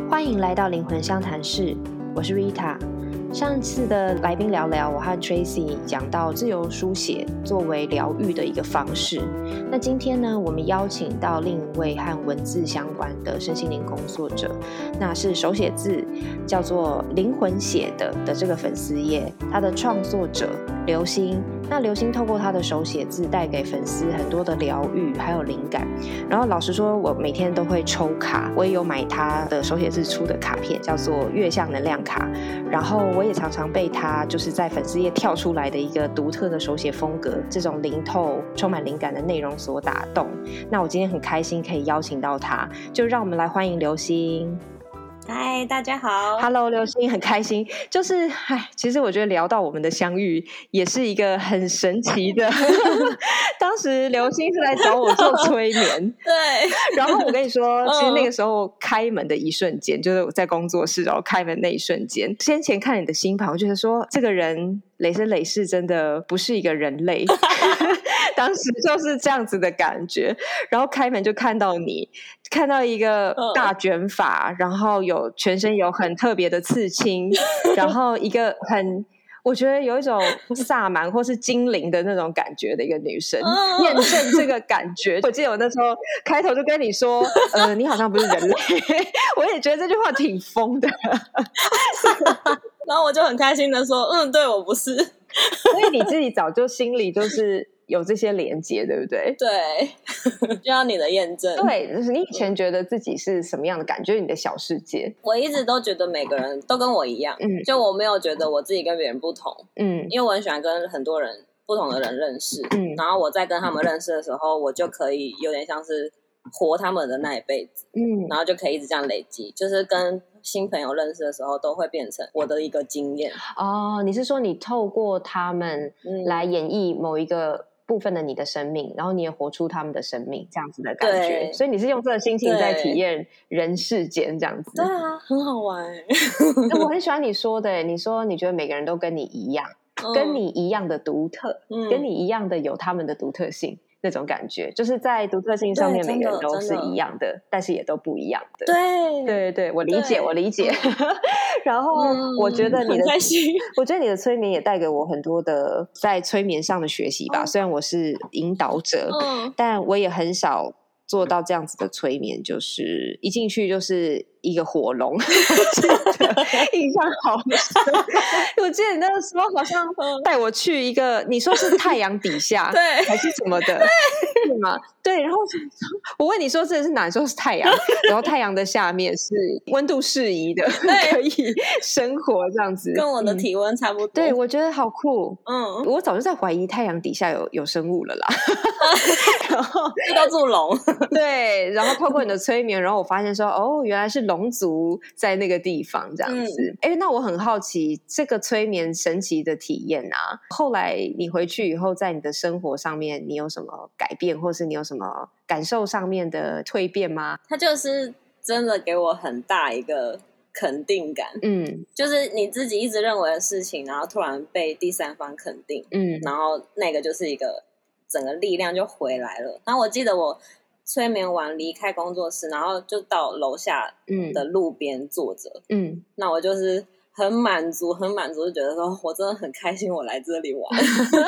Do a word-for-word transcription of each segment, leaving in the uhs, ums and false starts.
欢迎来到灵魂相谈室，我是 Rita。上次的来宾聊聊，我和 Tracy 讲到自由书写作为疗愈的一个方式。那今天呢，我们邀请到另一位和文字相关的身心灵工作者，那是手写字叫做灵魂写的的这个粉丝页，他的创作者刘星。那刘星透过他的手写字带给粉丝很多的疗愈还有灵感。然后老实说，我每天都会抽卡，我也有买他的手写字出的卡片，叫做月相能量卡。然后我也常常被他就是在粉丝页跳出来的一个独特的手写风格，这种灵透充满灵感的内容所打动。那我今天很开心可以邀请到他，就让我们来欢迎刘星。 嗨，大家好。 Hello 刘星，很开心。就是唉，其实我觉得聊到我们的相遇也是一个很神奇的当时刘星是来找我做催眠对， 然后我跟你说其实那个时候开门的一瞬间，就是我在工作室然后开门那一瞬间，先前看你的星盘，我觉得说这个人累生累世真的不是一个人类当时就是这样子的感觉。然后开门就看到你，看到一个大卷发，然后有全身有很特别的刺青然后一个很我觉得有一种萨满或是精灵的那种感觉的一个女生，验证这个感觉。我记得我那时候开头就跟你说呃，你好像不是人类我也觉得这句话挺疯的然后我就很开心的说嗯，对，我不是所以你自己早就心里就是有这些连接，对不对？ 对需要你的验证。 对，你以前觉得自己是什么样的感觉？你的小世界？ 我一直都觉得每个人都跟我一样，嗯，就我没有觉得我自己跟别人不同，嗯，因为我很喜欢跟很多人不同的人认识，嗯，然后我在跟他们认识的时候，我就可以有点像是活他们的那一辈子，嗯，然后就可以一直这样累积，就是跟新朋友认识的时候都会变成我的一个经验。 哦，你是说你透过他们来演绎某一个部分的你的生命，然后你也活出他们的生命，这样子的感觉。所以你是用这个心情在体验人世间这样子。 对啊，很好玩欸我很喜欢你说的，你说你觉得每个人都跟你一样，嗯，跟你一样的独特，嗯，跟你一样的有他们的独特性，那种感觉就是在独特性上面每个人都是一样的，但是也都不一样的。 对对对，我理解我理解然后我觉得你的、 嗯、很开心我觉得你的催眠也带给我很多的在催眠上的学习吧，哦，虽然我是引导者，嗯，但我也很少做到这样子的催眠，就是一进去就是一个火龙印象好深我记得你那个时候好像带我去一个，你说是太阳底下对还是什么的，对吗？对，然后我问你说这是哪？说是太阳然后太阳的下面是温度适宜的可以生活这样子， 跟我的体温差不多，嗯， 对，我觉得好酷。嗯，我早就在怀疑太阳底下有有生物了啦然后遇到住龙对，然后透过你的催眠，然后我发现说哦，原来是龙族在那个地方这样子。哎，嗯，那我很好奇这个催眠神奇的体验啊，后来你回去以后在你的生活上面你有什么改变，或是你有什么感受上面的蜕变吗？ 它就是真的给我很大一个肯定感，嗯，就是你自己一直认为的事情，然后突然被第三方肯定，嗯，然后那个就是一个整个力量就回来了。然后我记得我催眠完离开工作室，然后就到楼下的路边坐着，嗯，那我就是很满足很满足，就觉得说我真的很开心我来这里玩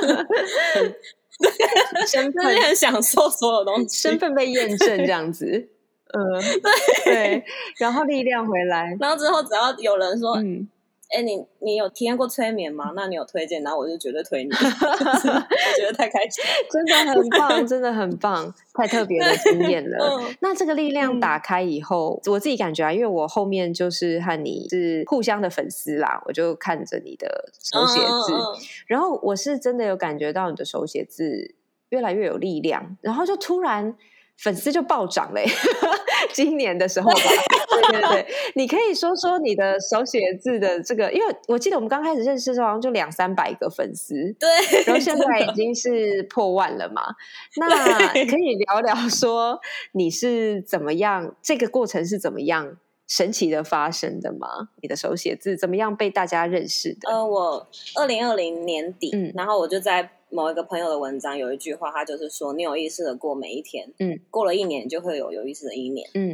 身份很享受所有东西， 身份被验证这样子嗯，对对，然后力量回来， 然后之后只要有人说嗯哎，你你有体验过催眠吗？那你有推荐？然后我就绝对推你我觉得太开心真的很棒真的很棒，太特别的经验了、嗯、那这个力量打开以后、嗯、我自己感觉啊，因为我后面就是和你是互相的粉丝啦，我就看着你的手写字、嗯嗯嗯、然后我是真的有感觉到你的手写字越来越有力量，然后就突然粉丝就暴涨嘞今年的时候吧对对对，你可以说说你的手写字的这个，因为我记得我们刚开始认识的时候好像就两三百个粉丝， 对， 然后现在已经是破万了嘛那可以聊聊说你是怎么样，这个过程是怎么样神奇的发生的吗？你的手写字怎么样被大家认识的？ 呃，我二零二零年底、嗯、然后我就在某一个朋友的文章有一句话，他就是说你有意识的过每一天，嗯，过了一年就会有有意识的一年，嗯，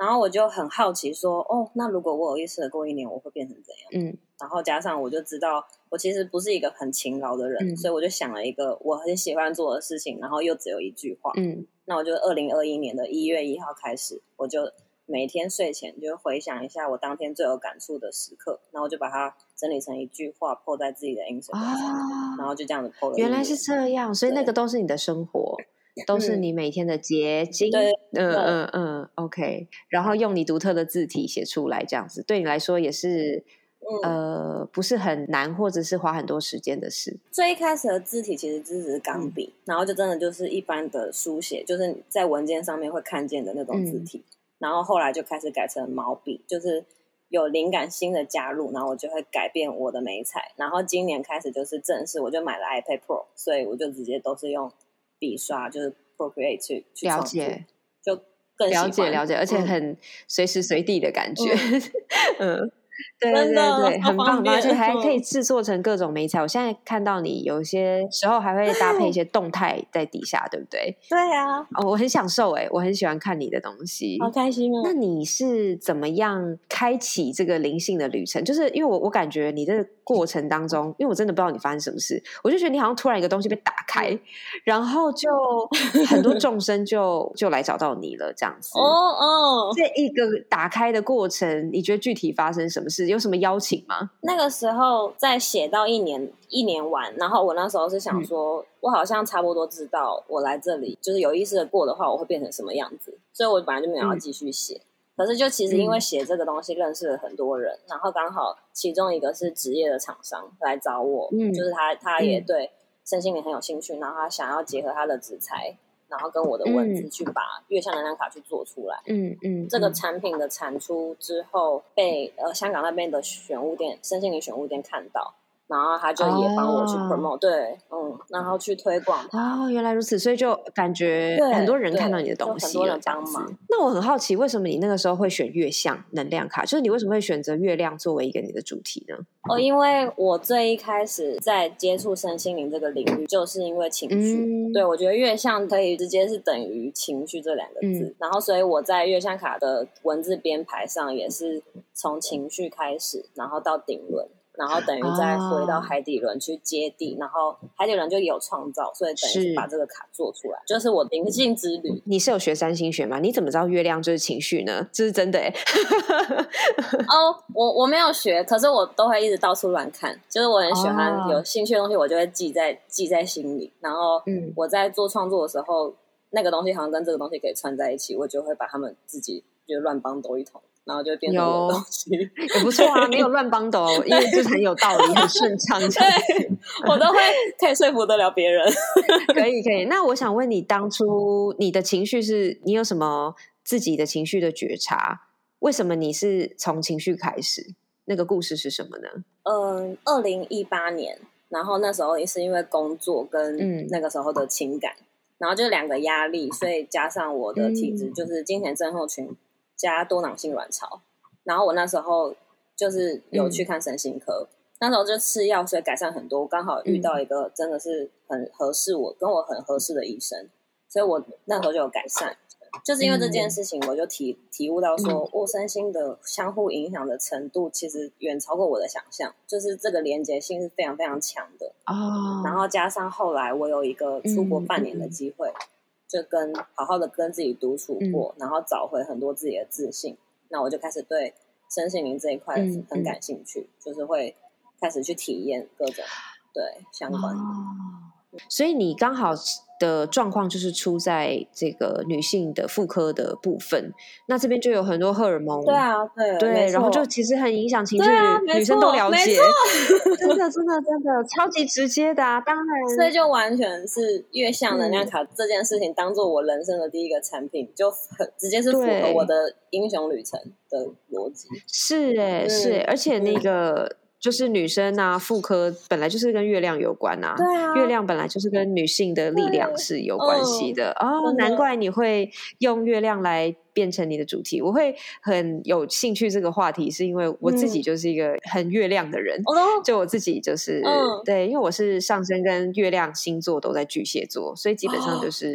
然后我就很好奇说，哦，那如果我有意识的过一年，我会变成怎样？嗯，然后加上我就知道我其实不是一个很勤劳的人，嗯，所以我就想了一个我很喜欢做的事情，然后又只有一句话，嗯，那我就二零二一年的一月一号开始，我就每天睡前就回想一下我当天最有感触的时刻，然后就把它整理成一句话 po 在自己的 Instagram 上，哦，然后就这样子 po 了一年。 原来是这样，所以那个都是你的生活，都是你每天的结晶。对，嗯嗯嗯 ，OK。然后用你独特的字体写出来，这样子对你来说也是，嗯，呃，不是很难，或者是花很多时间的事。 最一开始的字体其实只是钢笔，嗯，然后就真的就是一般的书写，就是在文件上面会看见的那种字体。嗯，然后后来就开始改成毛笔，就是有灵感新的加入，然后我就会改变我的媒材。然后今年开始就是正式，我就买了 iPad Pro， 所以我就直接都是用笔刷，就是 Procreate 去去创作，了解，就更喜欢了解了解，而且很随时随地的感觉，嗯。嗯对对对，很棒很棒，而且还可以制作成各种媒材。我现在看到你有些时候还会搭配一些动态在底下，对不对？ 对啊， 哦，我很享受哎，我很喜欢看你的东西， 好开心哦。 那你是怎么样开启这个灵性的旅程？就是因为我我感觉你这个过程当中，因为我真的不知道你发生什么事，我就觉得你好像突然一个东西被打开，然后就很多众生就就来找到你了，这样子。哦哦，这一个打开的过程，你觉得具体发生什么事？有什么邀请吗？ 那个时候在写到一年一年完，然后我那时候是想说，嗯，我好像差不多知道我来这里就是有意识的过的话，我会变成什么样子，所以我本来就没有要继续写。嗯，可是就其实因为写这个东西认识了很多人，嗯，然后刚好其中一个是职业的厂商来找我，嗯，就是他他也对身心灵很有兴趣，然后他想要结合他的纸材，然后跟我的文字去把月相能量卡去做出来。嗯嗯，这个产品的产出之后被呃香港那边的选物店身心灵选物店看到，然后他就也帮我去 promote，哦，对，嗯，然后去推广它。 哦，原来如此，所以就感觉很多人看到你的东西了，很多人帮忙。那我很好奇，为什么你那个时候会选月相能量卡？就是你为什么会选择月亮作为一个你的主题呢？ 哦，因为我最一开始在接触身心灵这个领域，就是因为情绪。嗯，对，我觉得月相可以直接是等于情绪这两个字，嗯，然后所以我在月相卡的文字编排上也是从情绪开始，然后到顶轮。然后等于再回到海底轮去接地，哦，然后海底轮就有创造，所以等于是把这个卡做出来，就是我灵性之旅。 你是有学三星学吗？你怎么知道月亮就是情绪呢？这是真的耶哦，我我没有学，可是我都会一直到处乱看，就是我很喜欢有兴趣的东西，我就会记在记在心里，然后我在做创作的时候，那个东西好像跟这个东西可以串在一起，我就会把它们自己就乱帮兜一通。然后就变成我的东西， 也不错啊，没有乱帮斗，因为就是很有道理，很顺畅。 对，我都会可以说服得了别人。 可以可以。那我想问你，当初你的情绪是你有什么自己的情绪的觉察？为什么你是从情绪开始？那个故事是什么呢？ 嗯，二零一八年，然后那时候也是因为工作跟那个时候的情感，嗯，然后就两个压力，所以加上我的体质就是金钱症候群。加多囊性卵巢，然后我那时候就是有去看身心科，嗯，那时候就吃药，所以改善很多。我刚好遇到一个真的是很合适我跟我很合适的医生，所以我那时候就有改善。就是因为这件事情，我就体体悟到说，我，嗯，身心的相互影响的程度其实远超过我的想象，就是这个连结性是非常非常强的。哦，然后加上后来我有一个出国半年的机会。嗯嗯就跟好好的跟自己独处过，嗯，然后找回很多自己的自信，那我就开始对身心灵这一块很感兴趣，嗯嗯，就是会开始去体验各种对相关的。 哦，所以你刚好的状况就是出在这个女性的妇科的部分，那这边就有很多荷尔蒙， 对啊，对对，然后就其实很影响情绪， 啊， 女生都了解，真的真的真的超级直接的啊，当然， 所以就完全是月相能量卡这件事情当做我人生的第一个产品，就很直接是符合我的英雄旅程的逻辑， 是哎、欸嗯、是、欸，而且那个。嗯就是女生啊，妇科本来就是跟月亮有关啊， 对啊， 月亮本来就是跟女性的力量是有关系的、嗯、哦，难怪你会用月亮来变成你的主题。我会很有兴趣这个话题，是因为我自己就是一个很月亮的人，嗯、就我自己就是、嗯、对，因为我是上升跟月亮星座都在巨蟹座，所以基本上就是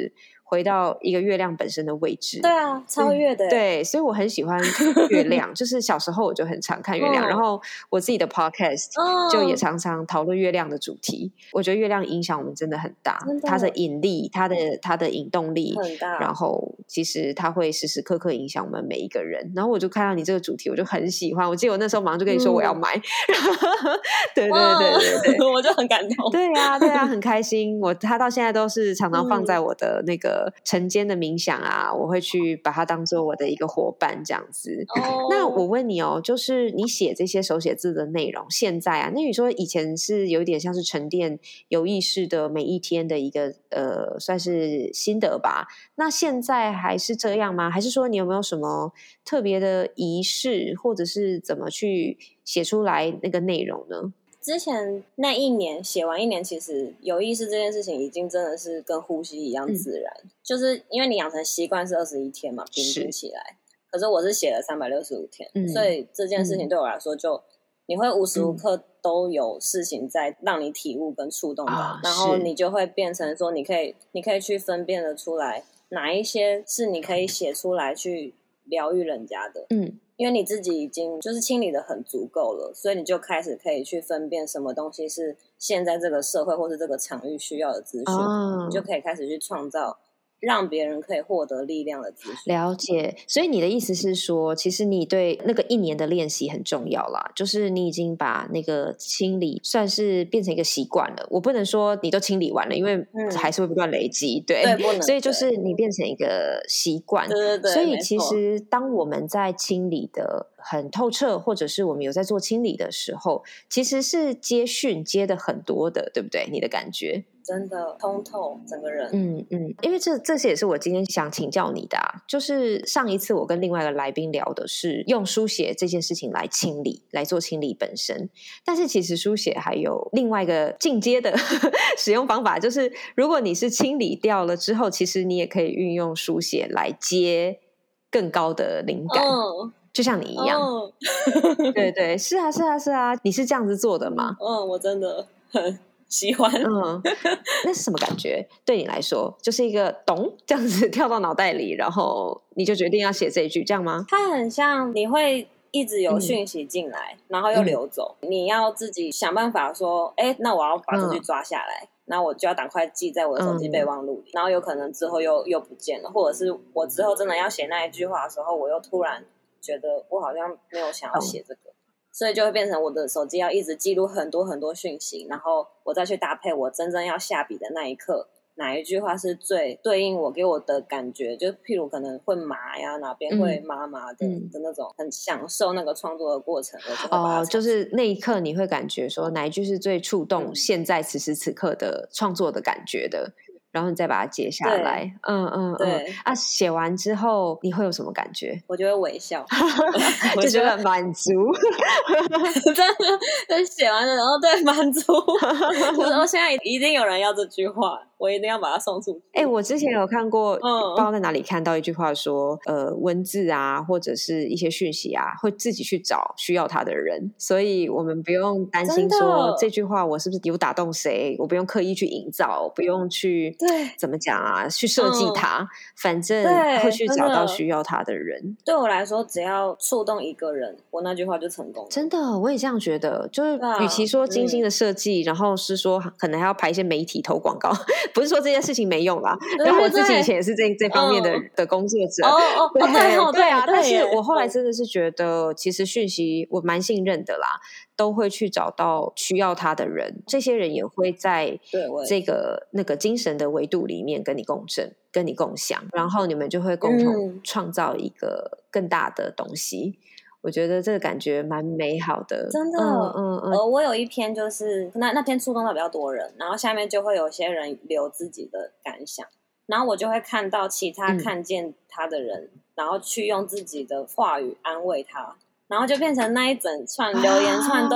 回到一个月亮本身的位置。 对啊，超越的、 嗯、对，所以我很喜欢月亮就是小时候我就很常看月亮、哦、然后我自己的 podcast 就也常常讨论月亮的主题、哦、我觉得月亮影响我们真的很大，真的它的引力，它的它的引动力很大， 然后其实它会时时刻刻影响我们每一个人。然后我就看到你这个主题我就很喜欢，我记得我那时候马上就跟你说我要买、嗯、对对对对对， 我就很感动。 对啊对啊，很开心。我它到现在都是常常放在我的那个晨间的冥想啊、嗯、我会去把它当做我的一个伙伴这样子、哦、那我问你哦，就是你写这些手写字的内容现在啊，那你说以前是有点像是沉淀有意识的每一天的一个呃，算是心得吧，那现在还是这样吗？还是说你有没有什么特别的仪式，或者是怎么去写出来那个内容呢？ 之前那一年写完一年，其实有意识这件事情已经真的是跟呼吸一样自然、嗯、就是因为你养成习惯是二十一天嘛，平均起来，可是我是写了三百六十五天、嗯、所以这件事情对我来说就、嗯、你会无时无刻都有事情在让你体悟跟触动到、啊、然后你就会变成说你可以你可以去分辨得出来哪一些是你可以写出来去疗愈人家的，嗯，因为你自己已经就是清理的很足够了，所以你就开始可以去分辨什么东西是现在这个社会或是这个场域需要的资讯、哦、你就可以开始去创造让别人可以获得力量的资讯。 了解，所以你的意思是说其实你对那个一年的练习很重要啦，就是你已经把那个清理算是变成一个习惯了，我不能说你都清理完了，因为还是会不断累积、嗯、对, 对不能， 所以就是你变成一个习惯。 对对对， 所以其实当我们在清理的很透彻，或者是我们有在做清理的时候，其实是接讯接的很多的，对不对？你的感觉真的通透整个人。 嗯嗯，因为这这也是我今天想请教你的啊，就是上一次我跟另外一个来宾聊的是用书写这件事情来清理，来做清理本身，但是其实书写还有另外一个进阶的使用方法，就是如果你是清理掉了之后，其实你也可以运用书写来接更高的灵感、哦、就像你一样、哦、对对，是啊是啊是啊，你是这样子做的吗？ 嗯，嗯我真的很喜欢。 嗯，那是什么感觉？对你来说就是一个咚这样子跳到脑袋里，然后你就决定要写这一句，这样吗？ 它很像你会一直有讯息进来、嗯、然后又流走、嗯、你要自己想办法说哎，那我要把这句抓下来、嗯、那我就要赶快记在我的手机备忘录里、嗯、然后有可能之后又又不见了，或者是我之后真的要写那一句话的时候，我又突然觉得我好像没有想要写这个、嗯，所以就会变成我的手机要一直记录很多很多讯息，然后我再去搭配我真正要下笔的那一刻，哪一句话是最对应我给我的感觉，就譬如可能会麻呀，哪边会麻麻的、嗯、的那种，很享受那个创作的过程。我就会把它哦， 就是那一刻你会感觉说哪一句是最触动现在此时此刻的创作的感觉的、嗯，然后你再把它接下来。嗯嗯嗯，对啊，写完之后你会有什么感觉？ 我就会微笑就觉得满足真的，就写完了然后对满足就是我现在一定有人要这句话，我一定要把它送出去。 哎、欸，我之前有看过、嗯、不知道在哪里看到一句话说呃，文字啊或者是一些讯息啊会自己去找需要它的人，所以我们不用担心说这句话我是不是有打动谁，我不用刻意去营造，不用去对怎么讲啊去设计它、嗯、反正会去找到需要它的人。 对我来说只要触动一个人，我那句话就成功了。 真的我也这样觉得，就是与其说精心的设计、嗯、然后是说可能还要排一些媒体投广告不是说这件事情没用啦，然后我自己以前也是这这方面的、嗯、的工作者。 哦哦，对对对啊，但是我后来真的是觉得其实讯息我蛮信任的啦，都会去找到需要他的人，这些人也会在这个那个精神的维度里面跟你共振跟你共享，然后你们就会共同创造一个更大的东西、嗯，我觉得这个感觉蛮美好的， 真的。嗯嗯嗯。呃，我有一篇就是那那篇触动到比较多人，然后下面就会有些人留自己的感想，然后我就会看到其他看见他的人、嗯、然后去用自己的话语安慰他，然后就变成那一整串留言串都、啊、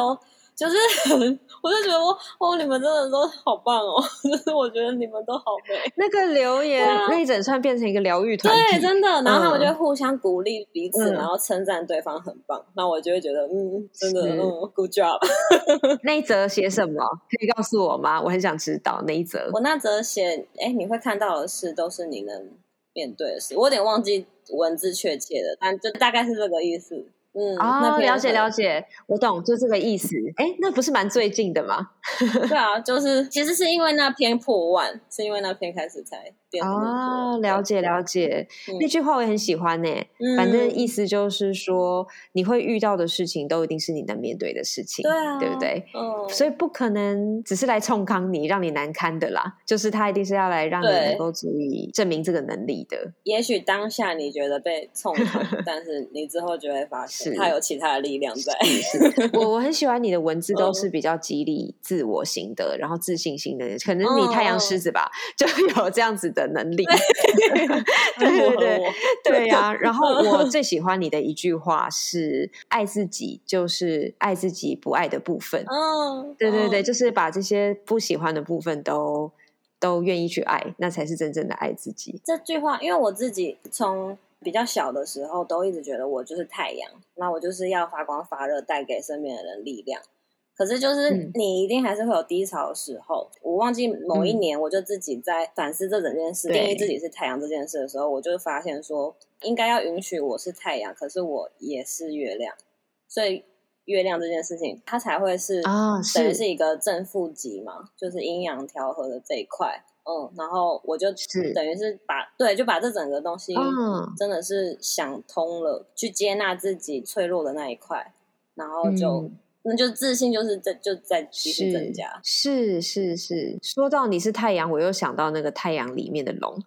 就是我就觉得我哦，你们真的都好棒哦，就是我觉得你们都好美。 那个留言、啊、那一整串变成一个疗愈团体， 对，真的。然后他们就会互相鼓励彼此，嗯、然后称赞对方很棒。那我就会觉得，嗯，真的，嗯 ，good job。 那一则写什么？可以告诉我吗？我很想知道那一则。 我那则写，哎，你会看到的事都是你能面对的事。我有点忘记文字确切的，但就大概是这个意思。嗯， 哦，了解了解，我懂，就这个意思。哎，那不是蛮最近的吗？ 对啊，就是其实是因为那篇破万，是因为那篇开始才变成哦，了解了解、嗯、那句话我也很喜欢耶、嗯、反正意思就是说你会遇到的事情都一定是你能面对的事情， 对啊， 对不对、 哦、 所以不可能只是来冲康你让你难堪的啦，就是他一定是要来让你能够足以证明这个能力的。 也许当下你觉得被冲康但是你之后就会发现他有其他的力量在。 我我很喜欢你的文字都是比较激励自我型的、嗯、然后自信型的，可能你太阳狮子吧、嗯、就有这样子的能力。对对对对呀、啊！然后我最喜欢你的一句话是爱自己就是爱自己不爱的部分。 嗯， 对对对，就是把这些不喜欢的部分都都愿意去爱，那才是真正的爱自己。 这句话因为我自己从比较小的时候都一直觉得我就是太阳，那我就是要发光发热，带给身边的人力量。可是就是你一定还是会有低潮的时候、嗯、我忘记某一年我就自己在反思这整件事、嗯、定义自己是太阳这件事的时候，我就发现说应该要允许我是太阳，可是我也是月亮，所以月亮这件事情它才会是、啊、等于是一个正负极嘛，就是阴阳调和的这一块。嗯，然后我就等于是把对就把这整个东西真的是想通了、嗯、去接纳自己脆弱的那一块，然后就、嗯那就自信就是在就在继续增加。 是是是，说到你是太阳，我又想到那个太阳里面的龙，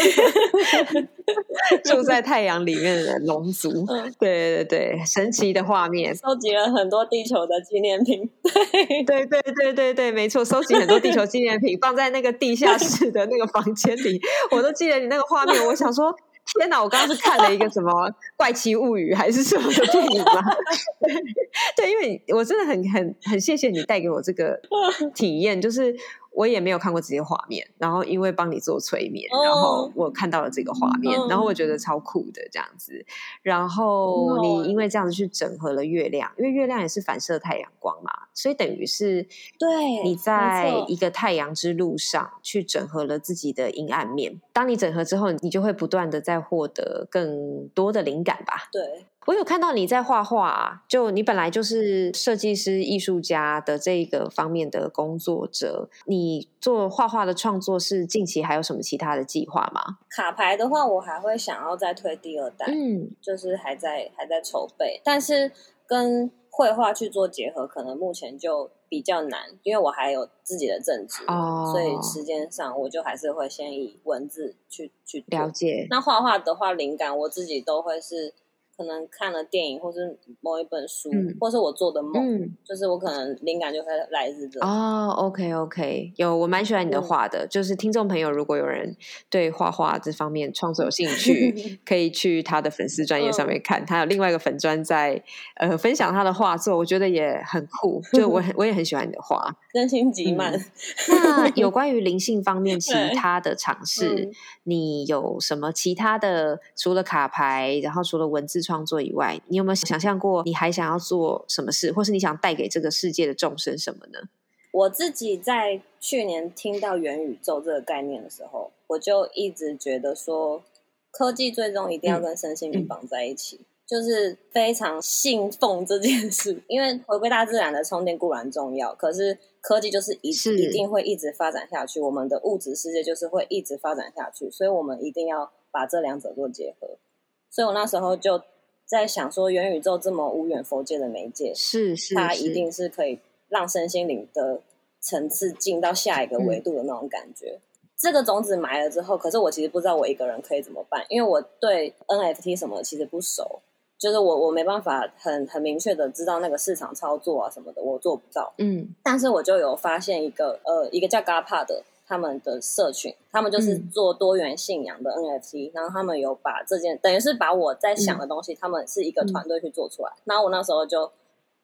住在太阳里面的龙族。嗯、对对对，神奇的画面， 收集了很多地球的纪念品。 对对对对对对，没错，收集很多地球纪念品，放在那个地下室的那个房间里，我都记得你那个画面。我想说。天哪！我刚刚是看了一个什么《怪奇物语》还是什么的电影吗？对，因为我真的很很很谢谢你带给我这个体验，就是我也没有看过这些画面，然后因为帮你做催眠，然后我看到了这个画面，然后我觉得超酷的这样子。然后你因为这样子去整合了月亮，因为月亮也是反射太阳光嘛，所以等于是对你在一个太阳之路上去整合了自己的阴暗面。当你整合之后，你就会不断的在获得更多的灵感吧。 对， 我有看到你在画画、啊、就你本来就是设计师艺术家的这个方面的工作者，你做画画的创作是近期还有什么其他的计划吗？ 卡牌的话我还会想要再推第二代，嗯，就是还在还在筹备，但是跟绘画去做结合可能目前就比较难，因为我还有自己的正职、哦、所以时间上我就还是会先以文字去去了解。 那画画的话灵感我自己都会是可能看了电影或是某一本书、嗯、或是我做的梦、嗯、就是我可能灵感就会来自这哦 OK OK 有，我蛮喜欢你的画的、嗯、就是听众朋友如果有人对画画这方面创作有兴趣可以去他的粉丝专页上面看、嗯、他有另外一个粉专在呃分享他的画作，我觉得也很酷，就我我也很喜欢你的画真心极慢、嗯、 那有关于灵性方面其他的尝试、嗯、你有什么其他的除了卡牌然后除了文字创作以外，你有没有想象过你还想要做什么事，或是你想带给这个世界的众生什么呢？ 我自己在去年听到元宇宙这个概念的时候，我就一直觉得说科技最终一定要跟身心灵绑在一起、嗯嗯、就是非常信奉这件事，因为回归大自然的充电固然重要，可是科技就是一是一定会一直发展下去，我们的物质世界就是会一直发展下去，所以我们一定要把这两者做结合。所以我那时候就在想说元宇宙这么无远佛界的媒介， 是是是， 它一定是可以让身心灵的层次进到下一个维度的那种感觉、嗯、这个种子埋了之后，可是我其实不知道我一个人可以怎么办，因为我对 N F T 什么其实不熟，就是我我没办法很很明确的知道那个市场操作啊什么的，我做不到。嗯，但是我就有发现一个呃一个叫 G A P A 的他们的社群，他们就是做多元信仰的 N F T、嗯、然后他们有把这件等于是把我在想的东西、嗯、他们是一个团队去做出来、嗯、然后我那时候就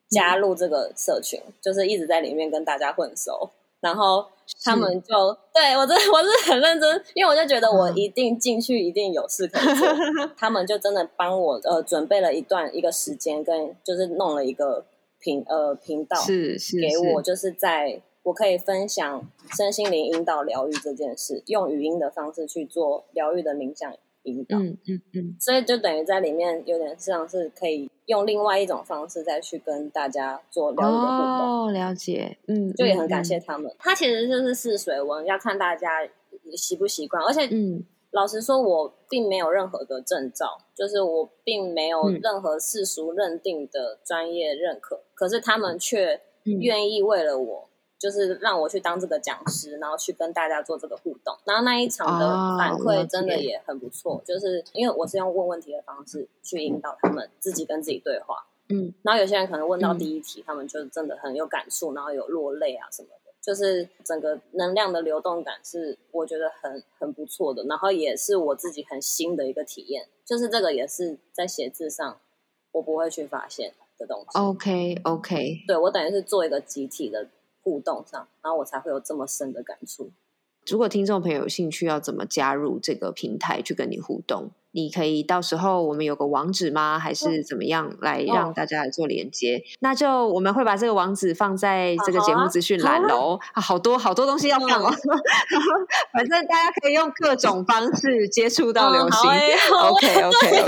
加入这个社群，嗯、就是一直在里面跟大家混熟，然后他们就对我真的我是很认真，因为我就觉得我一定进去一定有事可以做，嗯、他们就真的帮我呃准备了一段一个时间，跟就是弄了一个频呃频道是是给我，就是在我可以分享身心灵引导疗愈这件事，用语音的方式去做疗愈的冥想引导， 嗯嗯嗯， 所以就等于在里面有点像是可以用另外一种方式再去跟大家做疗愈的互动。 哦，了解，嗯， 就也很感谢他们。它、嗯、其实就是试水温，要看大家习不习惯。而且，嗯，老实说，我并没有任何的证照，就是我并没有任何世俗认定的专业认可，嗯、可是他们却愿意为了我。就是让我去当这个讲师，然后去跟大家做这个互动，然后那一场的反馈真的也很不错，哦、就是因为我是用问问题的方式去引导他们自己跟自己对话，嗯，然后有些人可能问到第一题，嗯、他们就真的很有感触，然后有落泪啊什么的，就是整个能量的流动感是我觉得很很不错的，然后也是我自己很新的一个体验，就是这个也是在写字上我不会去发现的东西。 OK OK， 对，我等于是做一个集体的互动上，然后我才会有这么深的感触。 如果听众朋友有兴趣要怎么加入这个平台去跟你互动，你可以到时候我们有个网址吗？还是怎么样来让大家来做连接？哦、那就我们会把这个网址放在这个节目资讯栏喽。啊, 啊, 好多好多东西要放哦，嗯、反正大家可以用各种方式接触到流行。 嗯、 OK OK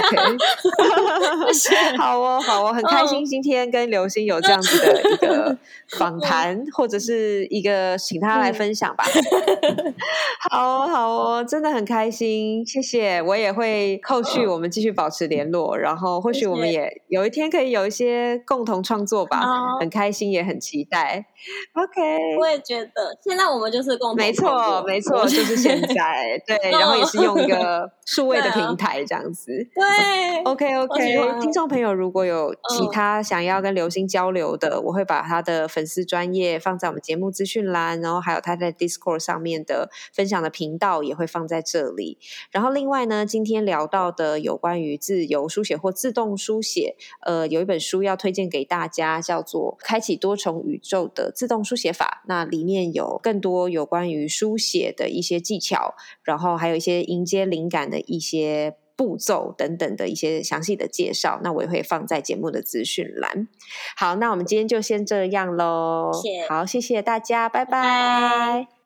OK， 好哦好哦，很开心今天跟流星有这样子的一个访谈，或者是一个请他来分享吧。嗯好哦好哦，真的很开心，谢谢。我也会后续我们继续保持联络，然后或许我们也有一天可以有一些共同创作吧，很开心也很期待。OK， 我也觉得现在我们就是共同没错没错，就是现在对，然后也是用一个数位的平台这样子。 对 OK OK， 听众朋友如果有其他想要跟流星交流的，嗯、我会把他的粉丝专页放在我们节目资讯栏，然后还有他在 Discord 上面的分享的频道也会放在这里。然后另外呢，今天聊到的有关于自由书写或自动书写，呃，有一本书要推荐给大家，叫做《开启多重宇宙的自动书写法》。那里面有更多有关于书写的一些技巧，然后还有一些迎接灵感的一些步骤等等的一些详细的介绍，那我也会放在节目的资讯栏。好，那我们今天就先这样咯。好，谢谢大家，拜拜。拜拜。